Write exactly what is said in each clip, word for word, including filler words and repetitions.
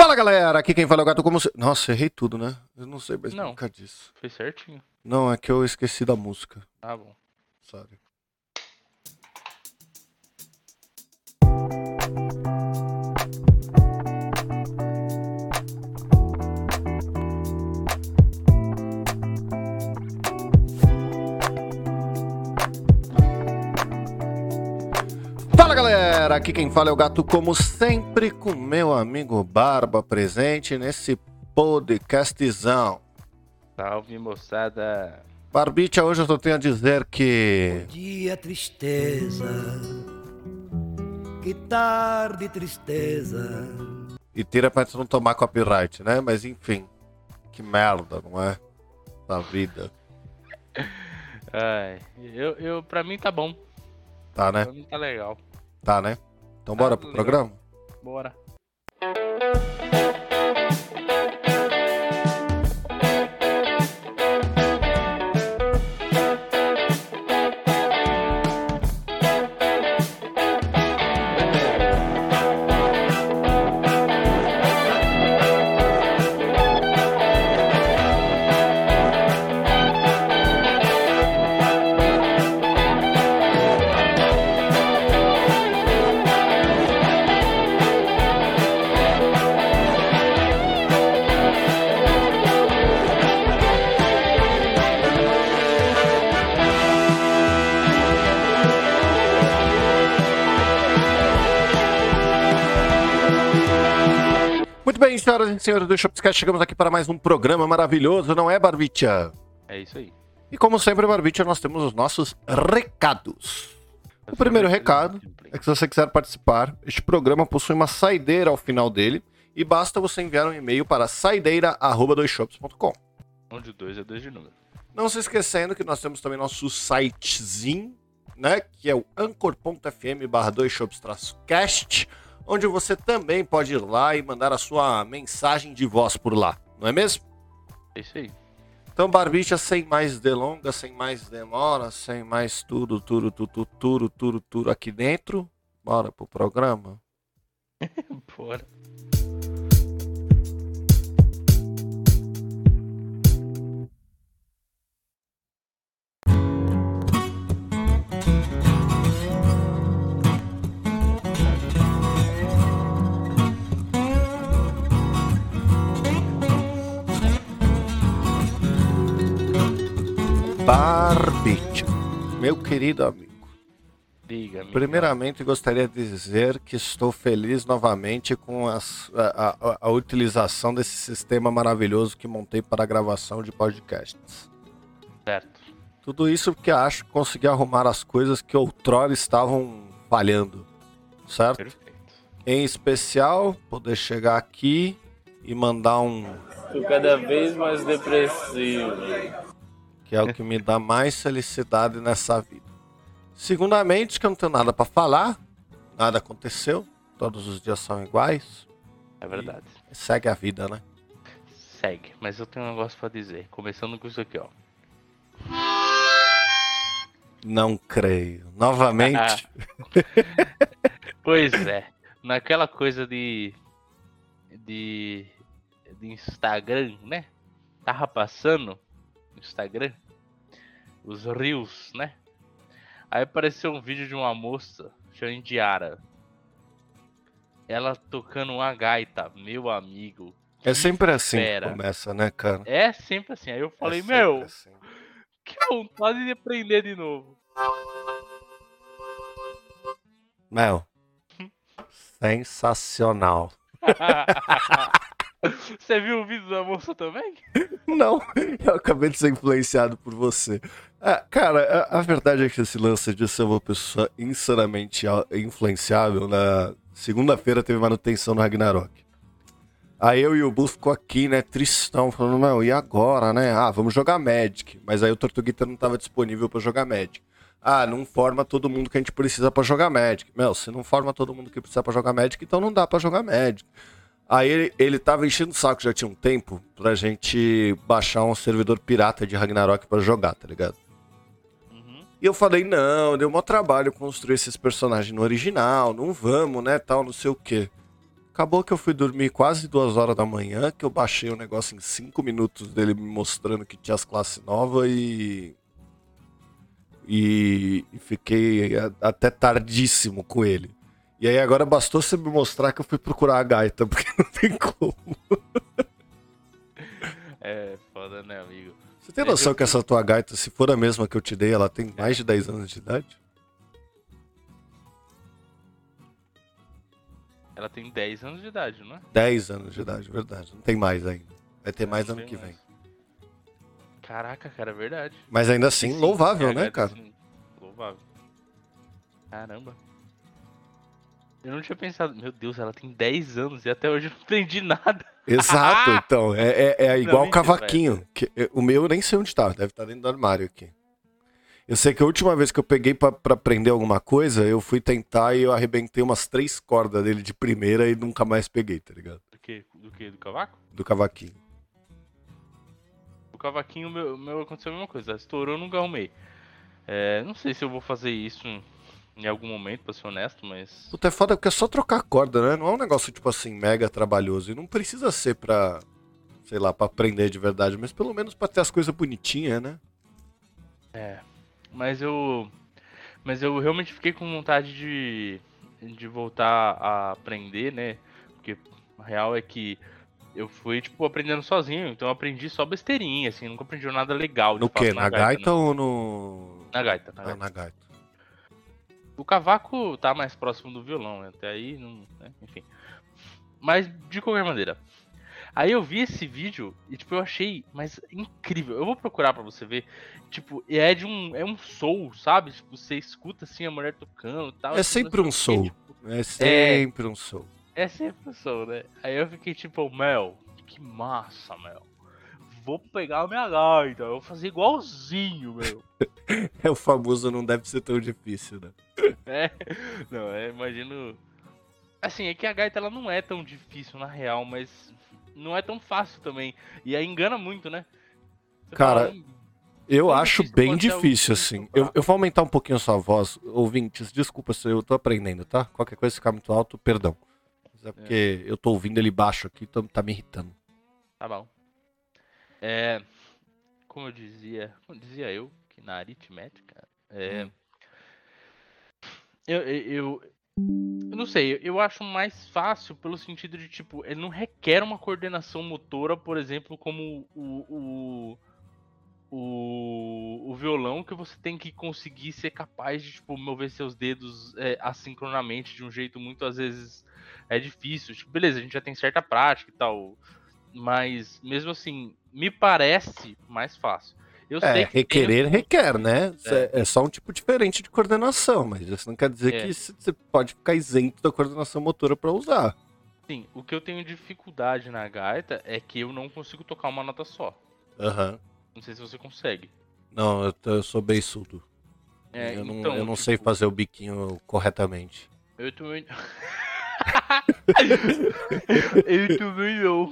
Fala, galera, aqui quem fala é o Gato como... se- Nossa, errei tudo, né? Eu não sei mais Não. nunca disso. Fez certinho. Não, é que eu esqueci da música. Tá bom. Sorry. Fala, galera, aqui quem fala é o Gato como sempre, com meu amigo Barba presente nesse podcastzão. Salve, moçada. Barbicha, hoje eu só tenho a dizer que... Bom dia, tristeza. Que tarde, tristeza. E tira pra gente não tomar copyright, né? Mas enfim, que merda, não é? Da vida. Ai, eu, eu, pra mim tá bom. Tá, né? Pra mim tá legal. Tá, né? Então bora Tá pro legal. programa? Bora. Muito bem, senhoras e senhores do Shopscast, chegamos aqui para mais um programa maravilhoso, não é, Barbicha? É isso aí. E como sempre, Barbicha, nós temos os nossos recados. O primeiro recado é que se você quiser participar, este programa possui uma saideira ao final dele e basta você enviar um e-mail para saideira arroba dois shops ponto com. Onde dois é dois de número. Não se esquecendo que nós temos também nosso sitezinho, né, que é o anchor ponto f m barra dois shops cast, onde você também pode ir lá e mandar a sua mensagem de voz por lá, não é mesmo? É isso aí. Então, Barbicha, sem mais delongas, sem mais demora, sem mais tudo, tudo, tudo, tudo, tudo, tudo aqui dentro, bora pro programa? Bora. Barbicha, meu querido amigo, Diga, amigo. primeiramente gostaria de dizer que estou feliz novamente com as- a, a- a utilização desse sistema maravilhoso que montei para a gravação de podcasts. Certo. Tudo isso porque acho que consegui arrumar as coisas que outrora estavam falhando, certo? Perfeito. Em especial, poder chegar aqui e mandar um... Tô cada vez mais depressivo. que é o que me dá mais felicidade nessa vida. Segundamente, que eu não tenho nada pra falar, nada aconteceu, todos os dias são iguais, É verdade. segue a vida, né? Segue. Mas eu tenho um negócio pra dizer. Começando com isso aqui, ó. Não creio. Novamente, Pois é. Naquela coisa de. De. De Instagram, né? Tava passando no Instagram os Reels, né? Aí apareceu um vídeo de uma moça chamada Indiara. Ela tocando uma gaita, meu amigo. é sempre assim fera. que começa, né, cara? É sempre assim. Aí eu falei, É sempre meu, assim. que vontade de aprender de novo. Mel, sensacional. Você viu o vídeo da moça também? Não, eu acabei de ser influenciado por você. Ah, cara, a, a verdade é que esse lance de ser uma pessoa insanamente a- influenciável, na segunda-feira teve manutenção no Ragnarok. Aí eu e o Bu ficou aqui, né, tristão, falando, não, e agora, né? Ah, vamos jogar Magic. Mas aí o Tortuguita não tava disponível pra jogar Magic. Ah, não forma todo mundo que a gente precisa pra jogar Magic. Meu, se não forma todo mundo que precisa pra jogar Magic, então não dá pra jogar Magic. Aí ele, ele tava enchendo o saco, já tinha um tempo, pra gente baixar um servidor pirata de Ragnarok pra jogar, tá ligado? Uhum. E eu falei, não, deu maior trabalho construir esses personagens no original, não vamos, né, tal, não sei o quê. Acabou que eu fui dormir quase duas horas da manhã, que eu baixei um negócio em cinco minutos dele me mostrando que tinha as classes novas e... E, e fiquei a- até tardíssimo com ele. E aí agora bastou você me mostrar que eu fui procurar a gaita, porque não tem como. É, foda, né, amigo? Você tem Mas noção eu que fui- essa tua gaita, se for a mesma que eu te dei, ela tem mais de dez anos de idade? Ela tem dez anos de idade, não é? dez anos de idade, verdade. Não tem mais ainda. Vai ter mais Não ano tem que mais. vem. Caraca, cara, é verdade. Mas ainda assim, Sim, louvável, é, né, é, cara? sim, louvável. Caramba. Eu não tinha pensado. Meu Deus, ela tem dez anos e até hoje eu não aprendi nada. Exato, então. É, é, é Não, igual o mentira, cavaquinho. Que, é, o meu eu nem sei onde tá. Deve estar dentro do armário aqui. Eu sei que a última vez que eu peguei pra, pra aprender alguma coisa, eu fui tentar e eu arrebentei umas três cordas dele de primeira e nunca mais peguei, tá ligado? Do que? Do que? Do cavaco? Do cavaquinho. O cavaquinho, meu, meu aconteceu a mesma coisa. Estourou, eu nunca arrumei. É, não sei se eu vou fazer isso em, em algum momento, pra ser honesto, mas. Puta, é foda porque é só trocar a corda, né? Não é um negócio, tipo assim, mega trabalhoso. E não precisa ser pra, sei lá, pra aprender de verdade, mas pelo menos pra ter as coisas bonitinhas, né? É. Mas eu. Mas eu realmente fiquei com vontade de. De voltar a aprender, né? Porque a real é que eu fui, tipo, aprendendo sozinho. Então eu aprendi só besteirinha, assim. Nunca aprendi nada legal de No fato quê? na Na gaita né? ou no. Na gaita, na Ah, gaita. na gaita. O cavaco tá mais próximo do violão, né? Até aí, não, né? Enfim. Mas, de qualquer maneira. Aí eu vi esse vídeo e, tipo, eu achei, mas incrível. Eu vou procurar pra você ver. Tipo, é de um, é um soul, sabe? Tipo, você escuta, assim, a mulher tocando e tal. É assim, sempre um não sei o quê, soul. tipo, É sempre um soul. é sempre um soul, né? Aí eu fiquei tipo, Mel, que massa, Mel. Vou pegar a minha gaita, eu vou fazer igualzinho, meu. É o famoso não deve ser tão difícil, né? É, não, é, imagino. Assim, é que a gaita ela não é tão difícil na real, mas não é tão fácil também. E aí engana muito, né? Você Cara, fala, "Hum, Eu quão acho difícil bem pode ser algo difícil, que assim. eu Eu, faço?" eu vou aumentar um pouquinho a sua voz. Ouvintes, desculpa se eu tô aprendendo, tá? Qualquer coisa ficar muito alto, perdão. Mas é porque eu tô ouvindo ele baixo aqui, então tá me irritando. Tá bom. É, como eu dizia, como dizia eu, que na aritmética, é, Hum. eu, eu, eu, eu não sei, eu acho mais fácil pelo sentido de, tipo, ele não requer uma coordenação motora, por exemplo, como o, o, o, o violão, que você tem que conseguir ser capaz de, tipo, mover seus dedos é, assincronamente de um jeito muito, às vezes, é difícil. Tipo, beleza, a gente já tem certa prática e tal, mas mesmo assim, me parece mais fácil. Eu É, sei que tem os requerer pontos requer, ruins. né? É. é só um tipo diferente de coordenação, mas isso não quer dizer É. que você pode ficar isento da coordenação motora pra usar. Sim, o que eu tenho dificuldade na gaita é que eu não consigo tocar uma nota só. Aham. Não sei se você consegue. Não, eu, tô- eu sou beiçudo. É, eu não, então, eu não tipo, sei fazer o biquinho corretamente. Eu também. eu também não.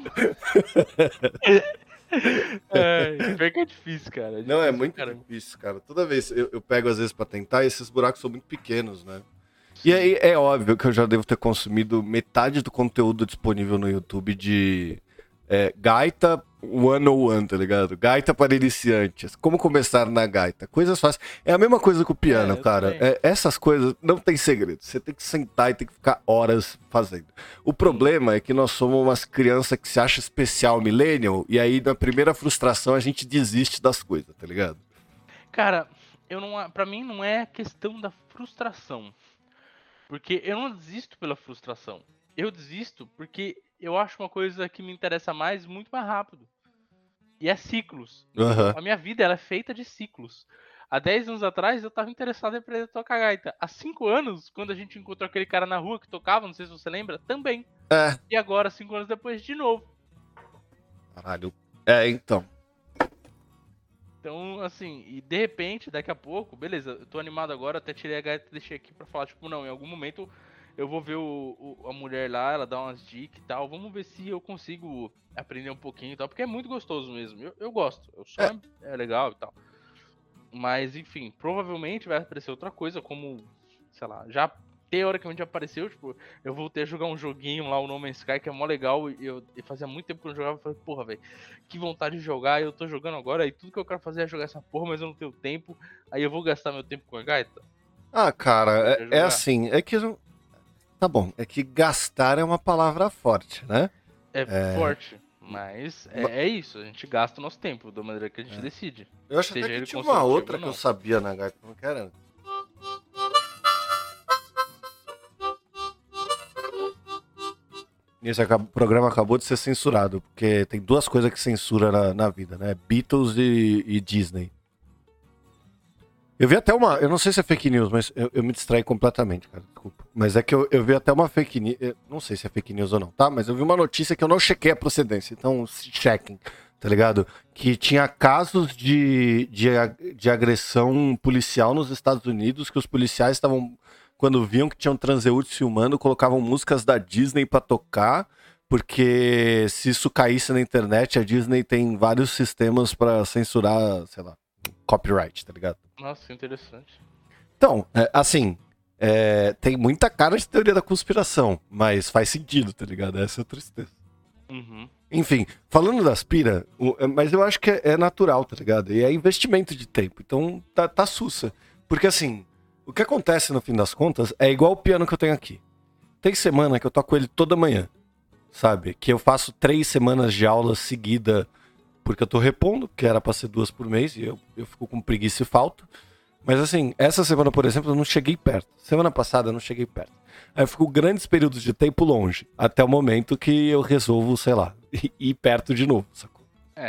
É, pior que é difícil, cara. Não, é difícil, muito caramba. difícil, cara. Toda vez eu, eu pego às vezes pra tentar e esses buracos são muito pequenos, né? E aí é óbvio que eu já devo ter consumido metade do conteúdo disponível no YouTube de é, gaita cento e um, tá ligado? Gaita para iniciantes. Como começar na gaita. Coisas fáceis. É a mesma coisa com o piano, É, eu cara. também. É, essas coisas não tem segredo. Você tem que sentar e tem que ficar horas fazendo. O problema é que nós somos umas crianças que se acham especial millennial e aí na primeira frustração a gente desiste das coisas, tá ligado? Cara, eu não, pra mim não é questão da frustração. Porque eu não desisto pela frustração. Eu desisto porque eu acho uma coisa que me interessa mais muito mais rápido. E é ciclos. entendeu? Aham. A minha vida ela é feita de ciclos. Há dez anos atrás eu tava interessado em aprender a tocar gaita. Há cinco anos, quando a gente encontrou aquele cara na rua que tocava, não sei se você lembra, também. É. E agora, cinco anos depois, de novo. Caralho. É, então. Então, assim, e de repente, daqui a pouco, beleza, eu tô animado agora, até tirei a gaita e deixei aqui pra falar, tipo, não, em algum momento eu vou ver o, o- a mulher lá, ela dá umas dicas e tal, vamos ver se eu consigo aprender um pouquinho e tal, porque é muito gostoso mesmo, eu, eu gosto, o som é. é legal e tal. Mas, enfim, provavelmente vai aparecer outra coisa, como, sei lá, já teoricamente apareceu, tipo, eu voltei a jogar um joguinho lá, o No Man's Sky, que é mó legal, e eu e fazia muito tempo que eu não jogava, eu falei, porra, velho, que vontade de jogar, eu tô jogando agora, e tudo que eu quero fazer é jogar essa porra, mas eu não tenho tempo, aí eu vou gastar meu tempo com a gaita? Ah, cara, Quer é, é jogar? assim, é que... não- Tá bom, é que gastar é uma palavra forte, né? É, É, forte, mas ma- é, é isso, a gente gasta o nosso tempo da maneira que a gente decide. eu acho até Seja que ele tinha uma construtivo outra ou que eu não. sabia na gaita, como que era? Esse aca- programa acabou de ser censurado, porque tem duas coisas que censura na, na vida, né? Beatles e, e Disney. Eu vi até uma. Eu não sei se é fake news, mas eu, eu me distraí completamente, cara. Desculpa. Mas é que eu, eu vi até uma fake news. Não sei se é fake news ou não, tá? Mas eu vi uma notícia que eu não chequei a procedência. Então, se chequem, tá ligado? Que tinha casos de, de, ag- de agressão policial nos Estados Unidos, que os policiais estavam. Quando viam que tinha um transeúnte filmando, colocavam músicas da Disney pra tocar. Porque se isso caísse na internet, a Disney tem vários sistemas pra censurar, sei lá, copyright, tá ligado? Nossa, que interessante. Então, é, assim, é, tem muita cara de teoria da conspiração, mas faz sentido, tá ligado? Essa é a tristeza. Uhum. Enfim, falando das pira, o- é, mas eu acho que é, é natural, tá ligado? E é investimento de tempo, então tá, tá sussa. Porque assim, o que acontece no fim das contas é igual o piano que eu tenho aqui. Tem semana que eu toco ele toda manhã, sabe? Que eu faço três semanas de aula seguida porque eu tô repondo, que era pra ser duas por mês, e eu, eu fico com preguiça e falta. Mas assim, essa semana, por exemplo, eu não cheguei perto. Semana passada eu não cheguei perto. Aí eu fico grandes períodos de tempo longe, até o momento que eu resolvo, sei lá, ir perto de novo, sacou? É.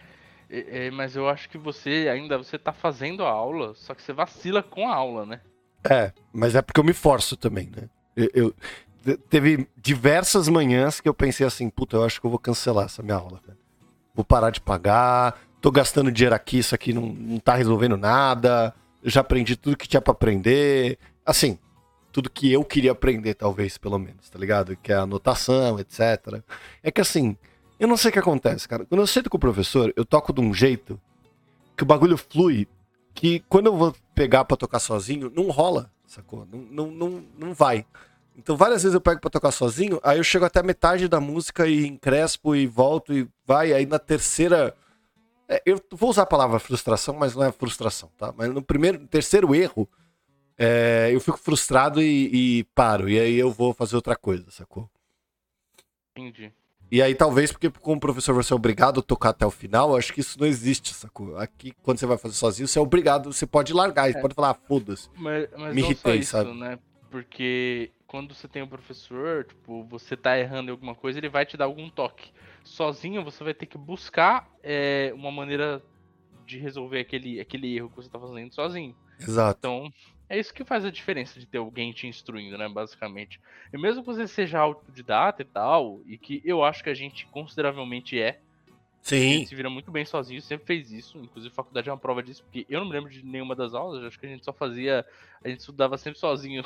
É, é, mas eu acho que você ainda você tá fazendo a aula, só que você vacila com a aula, né? É, mas é porque eu me forço também, né? Eu, eu- te- teve diversas manhãs que eu pensei assim, puta, eu acho que eu vou cancelar essa minha aula, velho. Vou parar de pagar, tô gastando dinheiro aqui, isso aqui não, não tá resolvendo nada, eu já aprendi tudo que tinha pra aprender. Assim, tudo que eu queria aprender, talvez, pelo menos, tá ligado? Que é a anotação, etcétera. É que assim, eu não sei o que acontece, cara. Quando eu sento com o professor, eu toco de um jeito que o bagulho flui, que quando eu vou pegar pra tocar sozinho, não rola, sacou? Não, não, não, não vai. Então várias vezes eu pego pra tocar sozinho, aí eu chego até a metade da música e encrespo e volto e vai, aí na terceira... é, eu vou usar a palavra frustração, mas não é frustração, tá? Mas no primeiro, no terceiro erro, é, eu fico frustrado e, e paro, e aí eu vou fazer outra coisa, sacou? Entendi. E aí, talvez, porque como professor você é obrigado a tocar até o final, eu acho que isso não existe, sacou? Aqui, quando você vai fazer sozinho, você é obrigado, você pode largar, você É. pode falar, ah, foda-se. Mas, mas Me não só irritei, isso, sabe? né? Porque quando você tem um professor, tipo, você tá errando em alguma coisa, ele vai te dar algum toque. Sozinho, você vai ter que buscar é, uma maneira de resolver aquele, aquele erro que você tá fazendo sozinho. Exato. Então, é isso que faz a diferença de ter alguém te instruindo, né, basicamente. E mesmo que você seja autodidata e tal, e que eu acho que a gente consideravelmente é, a Sim. gente se vira muito bem sozinho, sempre fez isso, inclusive faculdade é uma prova disso, porque eu não me lembro de nenhuma das aulas, acho que a gente só fazia, a gente estudava sempre sozinho,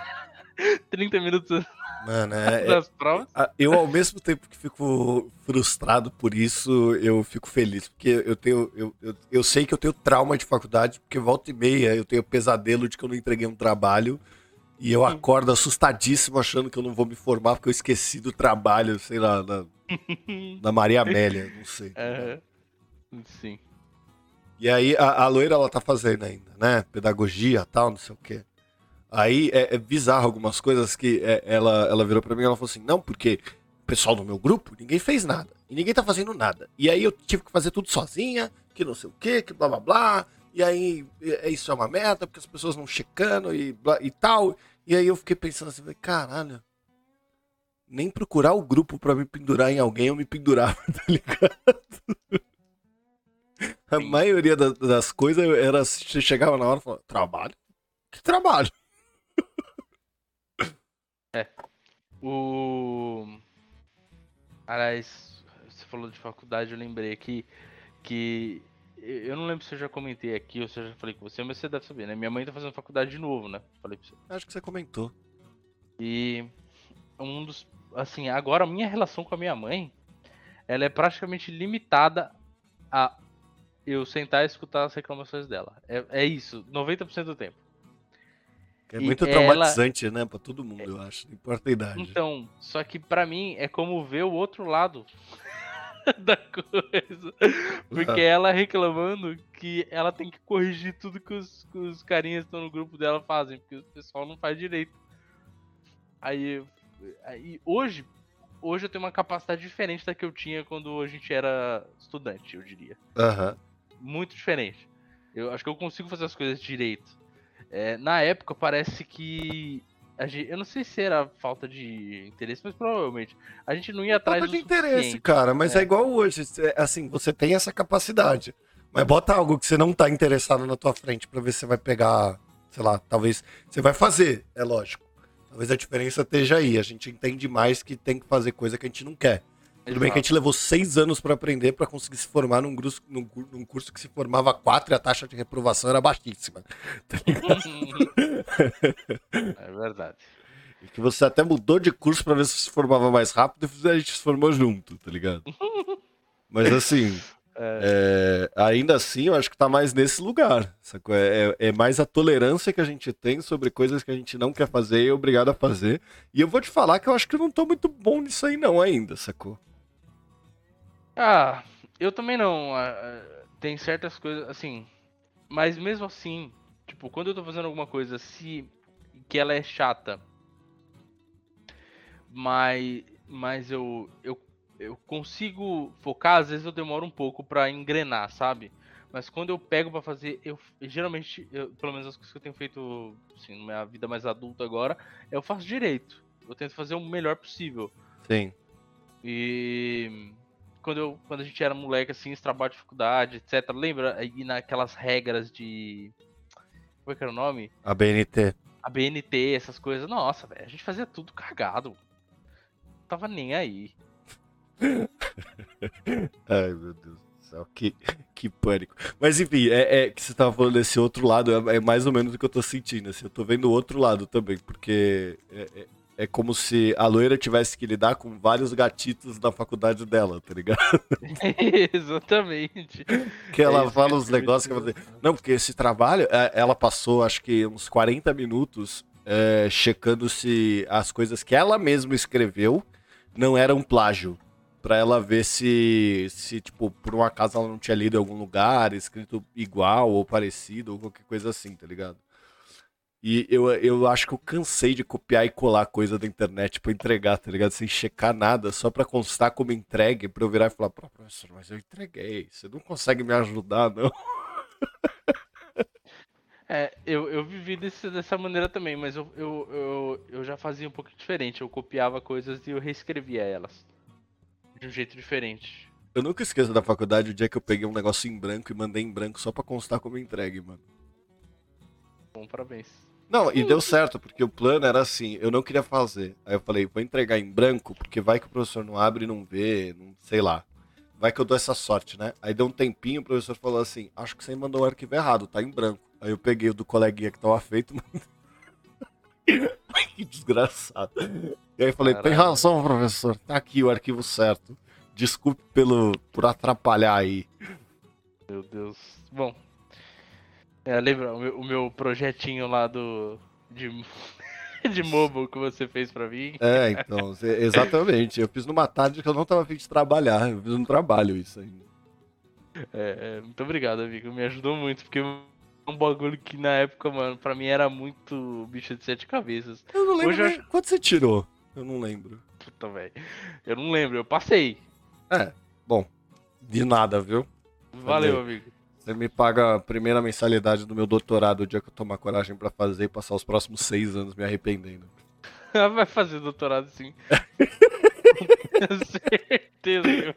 trinta minutos Mano, é, é- das provas. a- eu ao mesmo tempo que fico frustrado por isso, eu fico feliz. Porque eu tenho. Eu, eu, eu sei que eu tenho trauma de faculdade, porque volta e meia eu tenho pesadelo de que eu não entreguei um trabalho. E eu acordo assustadíssimo achando que eu não vou me formar porque eu esqueci do trabalho, sei lá, na, na Maria Amélia, não sei. É, sim. E aí a, a loira ela tá fazendo ainda, né? Pedagogia tal, não sei o quê. Aí é, é bizarro algumas coisas que é, ela, ela virou pra mim e ela falou assim, não, porque o pessoal do meu grupo, ninguém fez nada. E ninguém tá fazendo nada. E aí eu tive que fazer tudo sozinha, que não sei o quê, que blá blá blá. E aí é, isso é uma merda, porque as pessoas não checando e, blá, e tal. E aí eu fiquei pensando assim, falei, caralho, nem procurar o grupo pra me pendurar em alguém, eu me pendurava, tá ligado? A Sim. maioria da- das coisas era, você chegava na hora e falava, trabalho? Que trabalho? O. Aliás, você falou de faculdade, eu lembrei aqui que. Eu não lembro se eu já comentei aqui ou se eu já falei com você, mas você deve saber, né? Minha mãe tá fazendo faculdade de novo, né? Falei pra você. Acho que você comentou. E um dos. Assim, agora a minha relação com a minha mãe, ela é praticamente limitada a eu sentar e escutar as reclamações dela. É, é isso, noventa por cento do tempo. É E muito ela- traumatizante, né? Pra todo mundo, eu acho. Não importa a idade. Então, só que pra mim é como ver o outro lado da coisa. Porque Ah. ela reclamando que ela tem que corrigir tudo que os, que os carinhas que estão no grupo dela fazem, porque o pessoal não faz direito. Aí, aí hoje, hoje eu tenho uma capacidade diferente da que eu tinha quando a gente era estudante, eu diria. Aham. Muito diferente. Eu acho que eu consigo fazer as coisas direito. É, na época parece que a gente, eu não sei se era falta de interesse, mas provavelmente a gente não ia atrás Falta do de interesse, suficiente. cara, mas é. É. igual hoje. cê- Assim, você tem essa capacidade. Mas bota algo que você não tá interessado na tua frente pra ver se você vai pegar, sei lá, talvez. Você vai fazer, é lógico. Talvez a diferença esteja aí. A gente entende mais que tem que fazer coisa que a gente não quer. Tudo bem que a gente levou seis anos pra aprender pra conseguir se formar num, grus- num cu- num curso que se formava quatro e a taxa de reprovação era baixíssima. É verdade. E que você até mudou de curso pra ver se se formava mais rápido e a gente se formou junto, tá ligado? Mas assim, é, ainda assim eu acho que tá mais nesse lugar, sacou? É, é- é mais a tolerância que a gente tem sobre coisas que a gente não quer fazer e é obrigado a fazer. E eu vou te falar que eu acho que eu não tô muito bom nisso aí não ainda, sacou? Ah, eu também não. ah, ah, Tem certas coisas, assim. Mas mesmo assim, tipo, quando eu tô fazendo alguma coisa, se que ela é chata, mas, mas eu, eu, eu consigo focar, às vezes eu demoro um pouco pra engrenar, sabe? Mas quando eu pego pra fazer, eu geralmente, eu- pelo menos as coisas que eu tenho feito, assim, na minha vida mais adulta agora, eu faço direito. Eu tento fazer o melhor possível. Sim. E quando, eu, quando a gente era moleque, assim, esse trabalho de faculdade, etcétera. Lembra? Aí naquelas regras de. Como é que era o nome? A B N T. A B N T, essas coisas. Nossa, velho, a gente fazia tudo cagado. Não tava nem aí. Ai, meu Deus do céu, que, que pânico. Mas enfim, é, é que você tava falando desse outro lado, é, é mais ou menos o que eu tô sentindo, assim, eu tô vendo o outro lado também, porque é, é, é como se a loira tivesse que lidar com vários gatitos na faculdade dela, tá ligado? Exatamente. Que É ela isso fala que uns é muito negócios que ela fala, engraçado. não, porque esse trabalho, é, ela passou acho que uns quarenta minutos é, checando se as coisas que ela mesma escreveu não eram plágio. Pra ela ver se, se, tipo, por um acaso ela não tinha lido em algum lugar, escrito igual ou parecido, ou qualquer coisa assim, tá ligado? E eu, eu acho que eu cansei de copiar e colar coisa da internet pra entregar, tá ligado? Sem checar nada, só pra constar como entregue, pra eu virar e falar, pô, professor, mas eu entreguei, você não consegue me ajudar, não? É, eu, eu vivi desse- dessa maneira também, mas eu, eu, eu, eu já fazia um pouco diferente. Eu copiava coisas e eu reescrevia elas. De um jeito diferente. Eu nunca esqueço da faculdade o dia que eu peguei um negócio em branco e mandei em branco só pra constar como entregue, mano. Bom, parabéns. Não, e deu certo, porque o plano era assim, eu não queria fazer. Aí eu falei, vou entregar em branco, porque vai que o professor não abre e não vê, não sei lá. Vai que eu dou essa sorte, né? Aí deu um tempinho, o professor falou assim, acho que você mandou o arquivo errado, tá em branco. Aí eu peguei o do coleguinha que tava feito, mandei. Que desgraçado. E aí eu falei, tem Caralho. razão, professor, tá aqui o arquivo certo. Desculpe pelo, por atrapalhar aí. Meu Deus. Bom, é, lembra o meu, o meu projetinho lá do. De, de mobile que você fez pra mim? É, então, cê- exatamente. Eu fiz numa tarde que eu não tava afim de trabalhar. Eu fiz um trabalho isso ainda. É, é, muito obrigado, amigo. Me ajudou muito, porque é um bagulho que na época, mano, pra mim era muito bicho de sete cabeças. Eu não lembro Hoje eu nem... acho. Quanto você tirou? Eu não lembro. Puta, velho. Eu não lembro, eu passei. É, bom, de nada, viu? Valeu, Também. amigo. Você me paga a primeira mensalidade do meu doutorado o dia que eu tomar coragem pra fazer e passar os próximos seis anos me arrependendo. Vai fazer doutorado sim. Tenho certeza.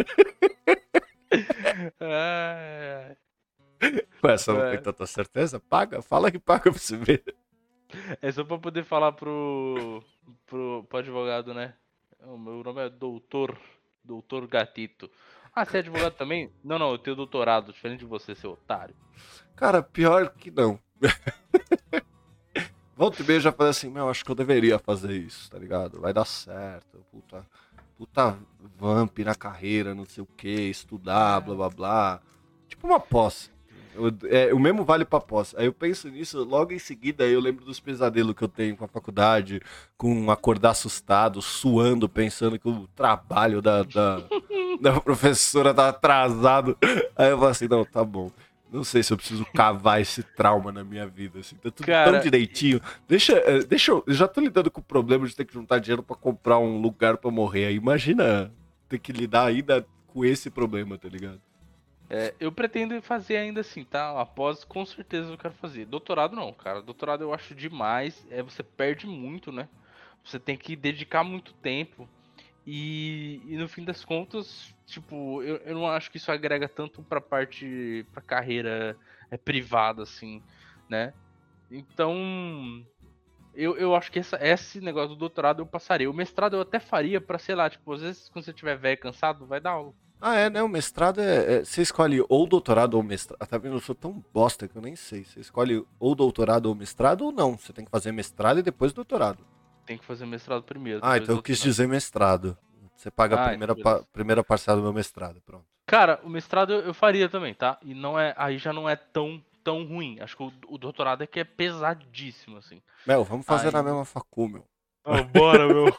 Ai, ai. Ué, você não É. tem tanta certeza? Paga, fala que paga pra você ver. É só pra poder falar pro, pro, pro advogado, né? O meu nome é Doutor, Doutor Gatito. Ah, você é advogado também? Não, não, eu tenho doutorado, diferente de você, seu otário. Cara, pior que não. Volta e meia eu já falei assim, meu, acho que eu deveria fazer isso, tá ligado? Vai dar certo, puta, puta vamp na carreira, não sei o que, estudar, blá blá blá. Tipo uma posse. O, é, o mesmo vale pra pós. Aí eu penso nisso, logo em seguida eu lembro dos pesadelos que eu tenho com a faculdade, com acordar assustado, suando, pensando que o trabalho da, da, da professora tá atrasado. Aí eu falo assim, não, tá bom. Não sei se eu preciso cavar esse trauma na minha vida, assim. Tá tudo Cara, tão direitinho. Deixa, eh, deixa eu... Eu já tô lidando com o problema de ter que juntar dinheiro pra comprar um lugar pra morrer. Aí imagina ter que lidar ainda com esse problema, tá ligado? É, eu pretendo fazer ainda assim, tá? Após, com certeza eu quero fazer. Doutorado não, cara. Doutorado eu acho demais. É, você perde muito, né? Você tem que dedicar muito tempo. E, e no fim das contas, tipo, eu, eu não acho que isso agrega tanto pra parte, pra carreira é, privada, assim, né? Então, eu, eu acho que essa, esse negócio do doutorado eu passaria. O mestrado eu até faria pra, sei lá, tipo, às vezes quando você estiver velho e cansado, vai dar aula. Ah, é, né? O mestrado é, é- Você escolhe ou doutorado ou mestrado. Ah, tá vendo? Eu sou tão bosta que eu nem sei. Você escolhe ou doutorado ou mestrado ou não. Você tem que fazer mestrado e depois doutorado. Tem que fazer mestrado primeiro, Ah, depois então eu quis doutorado. dizer mestrado. Você paga a Ah, primeira, então beleza. pa- primeira parcela do meu mestrado, pronto. Cara, o mestrado eu eu faria também, tá? E não é, aí já não é tão, tão ruim. Acho que o, o doutorado é que é pesadíssimo, assim. Mel, vamos fazer na Aí. mesma facu, meu. Oh, bora, meu.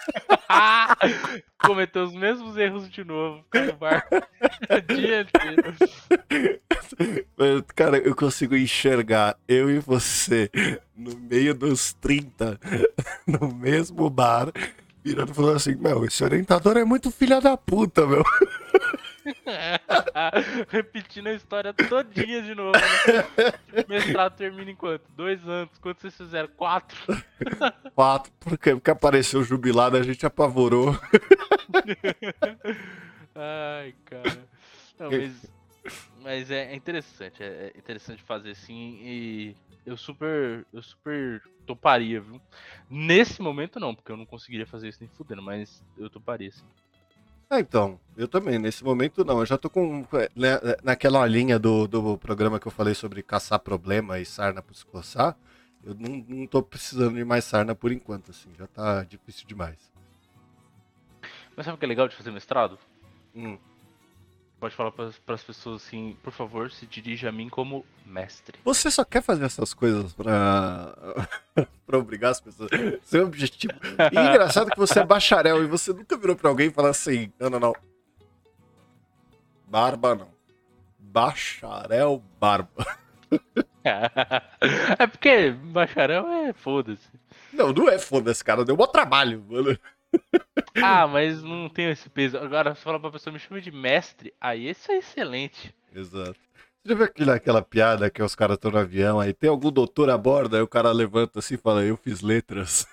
Cometeu os mesmos erros de novo. Ficar no bar o dia inteiro. Mas, cara, eu consigo enxergar eu e você no meio dos trinta, no mesmo bar, virando e falando assim, meu, esse orientador é muito filha da puta, meu. Repetindo a história todinha de novo, né? O mestrado termina em quanto? Dois anos. Quanto vocês fizeram? Quatro? Quatro, por quê? Porque apareceu jubilado, a gente apavorou. Ai, cara. Não, mas, mas é é interessante. É é interessante fazer assim e eu super, eu super toparia, viu? Nesse momento não, porque eu não conseguiria fazer isso nem fudendo, mas eu toparia sim. Ah, então, eu também, nesse momento não, eu já tô com, né, naquela linha do, do programa que eu falei sobre caçar problema e sarna pra se coçar, eu não, não tô precisando de mais sarna por enquanto, assim, já tá difícil demais. Mas sabe o que é legal de fazer mestrado? Hum. Pode falar para as pessoas assim, por favor, se dirija a mim como mestre. Você só quer fazer essas coisas pra, pra obrigar as pessoas. Seu objetivo. E engraçado que você é bacharel e você nunca virou pra alguém e falou assim: não, não, não. Barba não. Bacharel barba. É porque bacharel é foda-se. Não, não é foda-se, cara. Deu mó trabalho, mano. Ah, mas não tem esse peso. Agora, se falar pra pessoa, me chama de mestre, aí isso é excelente. Exato. Você já viu aquele, aquela piada que os caras estão no avião, aí tem algum doutor a bordo, aí o cara levanta assim e fala: eu fiz letras.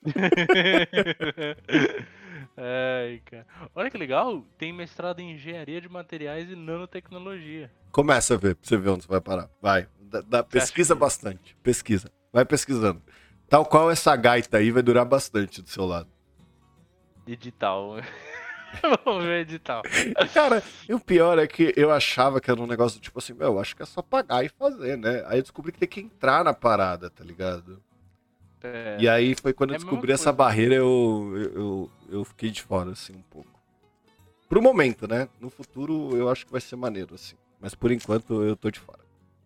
Ai, cara. Olha que legal, tem mestrado em engenharia de materiais e nanotecnologia. Começa a ver, pra você ver onde você vai parar. Vai. Dá, dá- pesquisa que- bastante. Pesquisa. Vai pesquisando. Tal qual essa gaita aí vai durar bastante do seu lado. Edital. Vamos ver edital. Cara, e o pior é que eu achava que era um negócio tipo assim, meu, acho que é só pagar e fazer, né? Aí eu descobri que tem que entrar na parada, tá ligado? É, E aí foi quando eu É a mesma descobri essa coisa. barreira, eu, eu, eu, eu fiquei de fora, assim, um pouco. Pro momento, né? No futuro eu acho que vai ser maneiro, assim. Mas por enquanto eu tô de fora.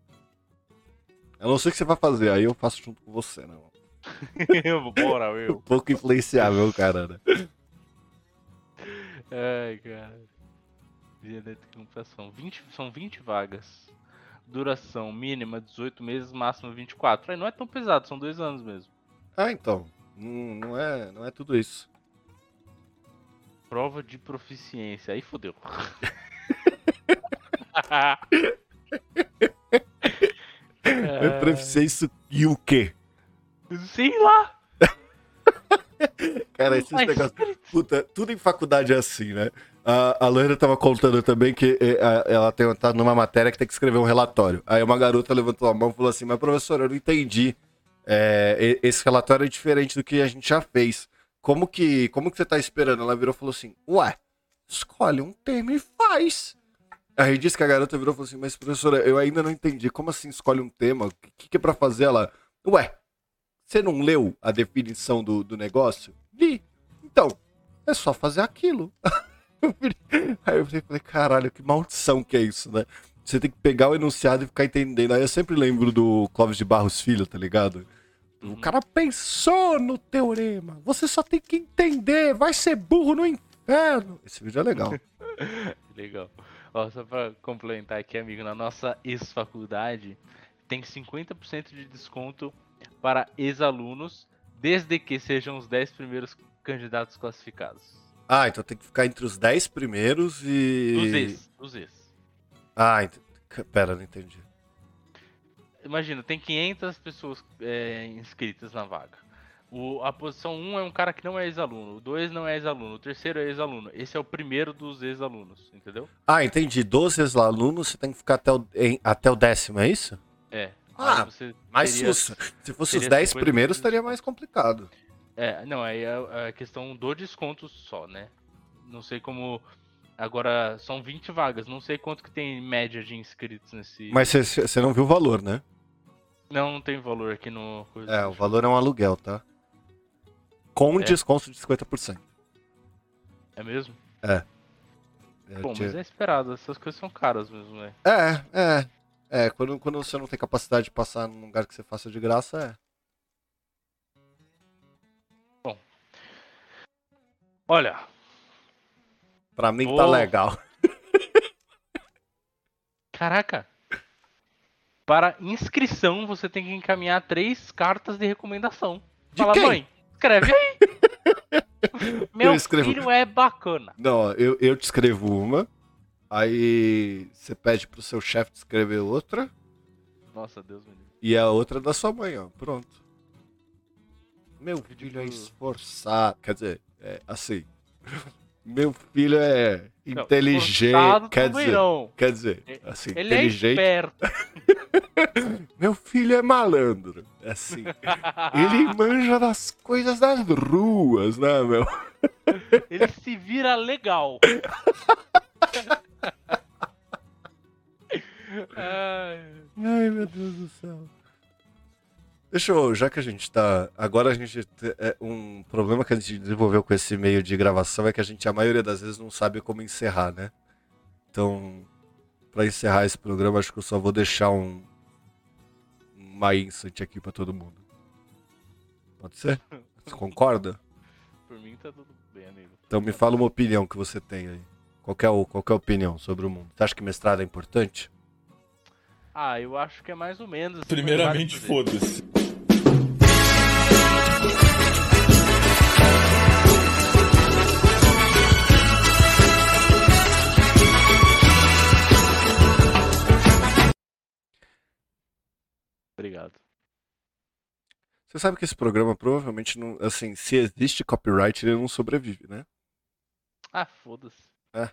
A não ser que você vá fazer, aí eu faço junto com você, né? Bora, Um meu. pouco influenciável, cara, né? Ai, cara. Genética e computação. vinte, são vinte vagas. Duração mínima dezoito meses, máxima vinte e quatro. Aí não é tão pesado, são dois anos mesmo. Ah, então. Não, não, é, não é tudo isso. Prova de proficiência. Aí fodeu. É proficiência e o quê? Sei lá. Cara, esses Mas- negócios. Puta, tudo em faculdade é assim, né? A, a Loira tava contando também que eh, a- ela tem, tá numa matéria que tem que escrever um relatório. Aí uma garota levantou a mão e falou assim: mas professor, eu não entendi. É, e- esse relatório é diferente do que a gente já fez. Como que, como que você tá esperando? Ela virou e falou assim: ué, escolhe um tema e faz. Aí disse que a garota virou e falou assim: mas professora, eu ainda não entendi. Como assim escolhe um tema? O que, que é pra fazer? Ela, ué, você não leu a definição do, do negócio? Li. Então, é só fazer aquilo. Aí eu falei, caralho, que maldição que é isso, né? você tem que pegar o enunciado e ficar entendendo. Aí eu sempre lembro do Clóvis de Barros Filho, tá ligado? O cara pensou no teorema. Você só tem que entender. Vai ser burro no inferno. Esse vídeo é legal. Legal. Ó, só pra complementar aqui, amigo, na nossa ex-faculdade tem cinquenta por cento de desconto para ex-alunos, desde que sejam os dez primeiros candidatos classificados. Ah, então tem que ficar entre os dez primeiros e... Dos ex, dos ex. Ah, ent... pera, não entendi. Imagina, tem quinhentas pessoas é, inscritas na vaga. O, a posição um é um cara que não é ex-aluno, o dois não é ex-aluno, o terceiro é ex-aluno. Esse é o primeiro dos ex-alunos, entendeu? Ah, entendi. doze ex-alunos, você tem que ficar até o, em, até o décimo, é isso? É. Ah, aí você mais teria- sussa. Se fosse os teria dez cinquenta primeiros, por cento. estaria mais complicado. É, não, aí é a questão do desconto só, né? Não sei como... Agora, são vinte vagas, não sei quanto que tem em média de inscritos nesse... Mas você não viu o valor, né? Não, não tem valor aqui no... É, o valor é um aluguel, tá? Com É? desconto de cinquenta por cento. É mesmo? É, Bom, te- mas é esperado, essas coisas são caras mesmo, né? é, é. É, quando, quando você não tem capacidade de passar num lugar que você faça de graça, é. Olha, Pra mim Ô. tá legal. caraca! Para inscrição, você tem que encaminhar três cartas de recomendação. De Fala, quem? mãe, escreve aí! Meu Eu escrevo. filho é bacana. Não, ó, eu, eu te escrevo uma, aí você pede pro seu chefe te escrever outra, Nossa, Deus me livre. e a outra é da sua mãe, ó. Pronto. Meu filho é do- esforçado. Quer dizer, é assim. Meu filho é Não, inteligente. esforçado Quer também dizer, não. quer dizer, assim, Ele é inteligente. esperto. Meu filho é malandro. Assim. Ele manja das coisas das ruas, né, meu? Ele se vira legal. Ai, Ai, meu Deus do céu. Deixa eu, já que a gente tá. Agora a gente. te- É, um problema que a gente desenvolveu com esse meio de gravação é que a gente, a maioria das vezes, não sabe como encerrar, né? Então, pra encerrar esse programa, acho que eu só vou deixar um. Uma instant aqui pra todo mundo. Pode ser? Você concorda? por mim tá tudo bem, amigo. Então me fala uma opinião que você tem aí. Qual que é, o, qual que é a opinião sobre o mundo? Você acha que mestrado é importante? Ah, eu acho que é mais ou menos. assim, Primeiramente, mas vale fazer. foda-se. Obrigado. Você sabe que esse programa provavelmente não. Assim, se existe copyright, ele não sobrevive, né? Ah, foda-se. É.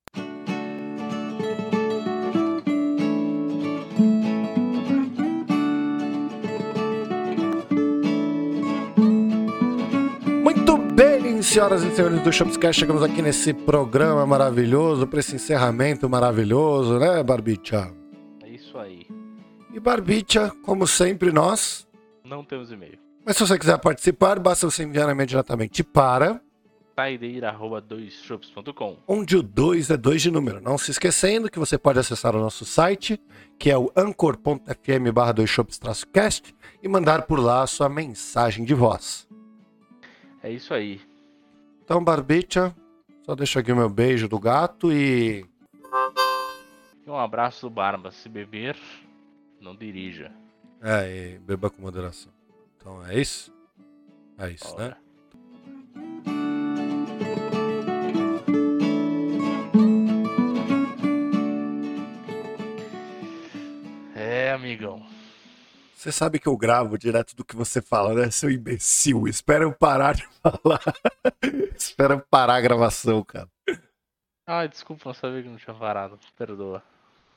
Muito bem, senhoras e senhores do Shopscast, chegamos aqui nesse programa maravilhoso, para esse encerramento maravilhoso, né, Barbicha? É isso aí. E Barbicha, como sempre, nós. Não temos e-mail. Mas se você quiser participar, basta você enviar imediatamente para Saideira arroba dois shops ponto com. onde o dois é dois de número. Não se esquecendo que você pode acessar o nosso site, que é o anchor ponto f m barra dois shops cast, e mandar por lá a sua mensagem de voz. É isso aí. Então, Barbicha, só deixa aqui o meu beijo do gato e... E um abraço do Barba. Se beber, não dirija. É, e beba com moderação. Então é isso? É isso, né? Ora. É, amigão. Você sabe que eu gravo direto do que você fala, né? Seu imbecil. Espera eu parar de falar. Espera eu parar a gravação, cara. Ah, desculpa, não sabia que não tinha parado. Perdoa.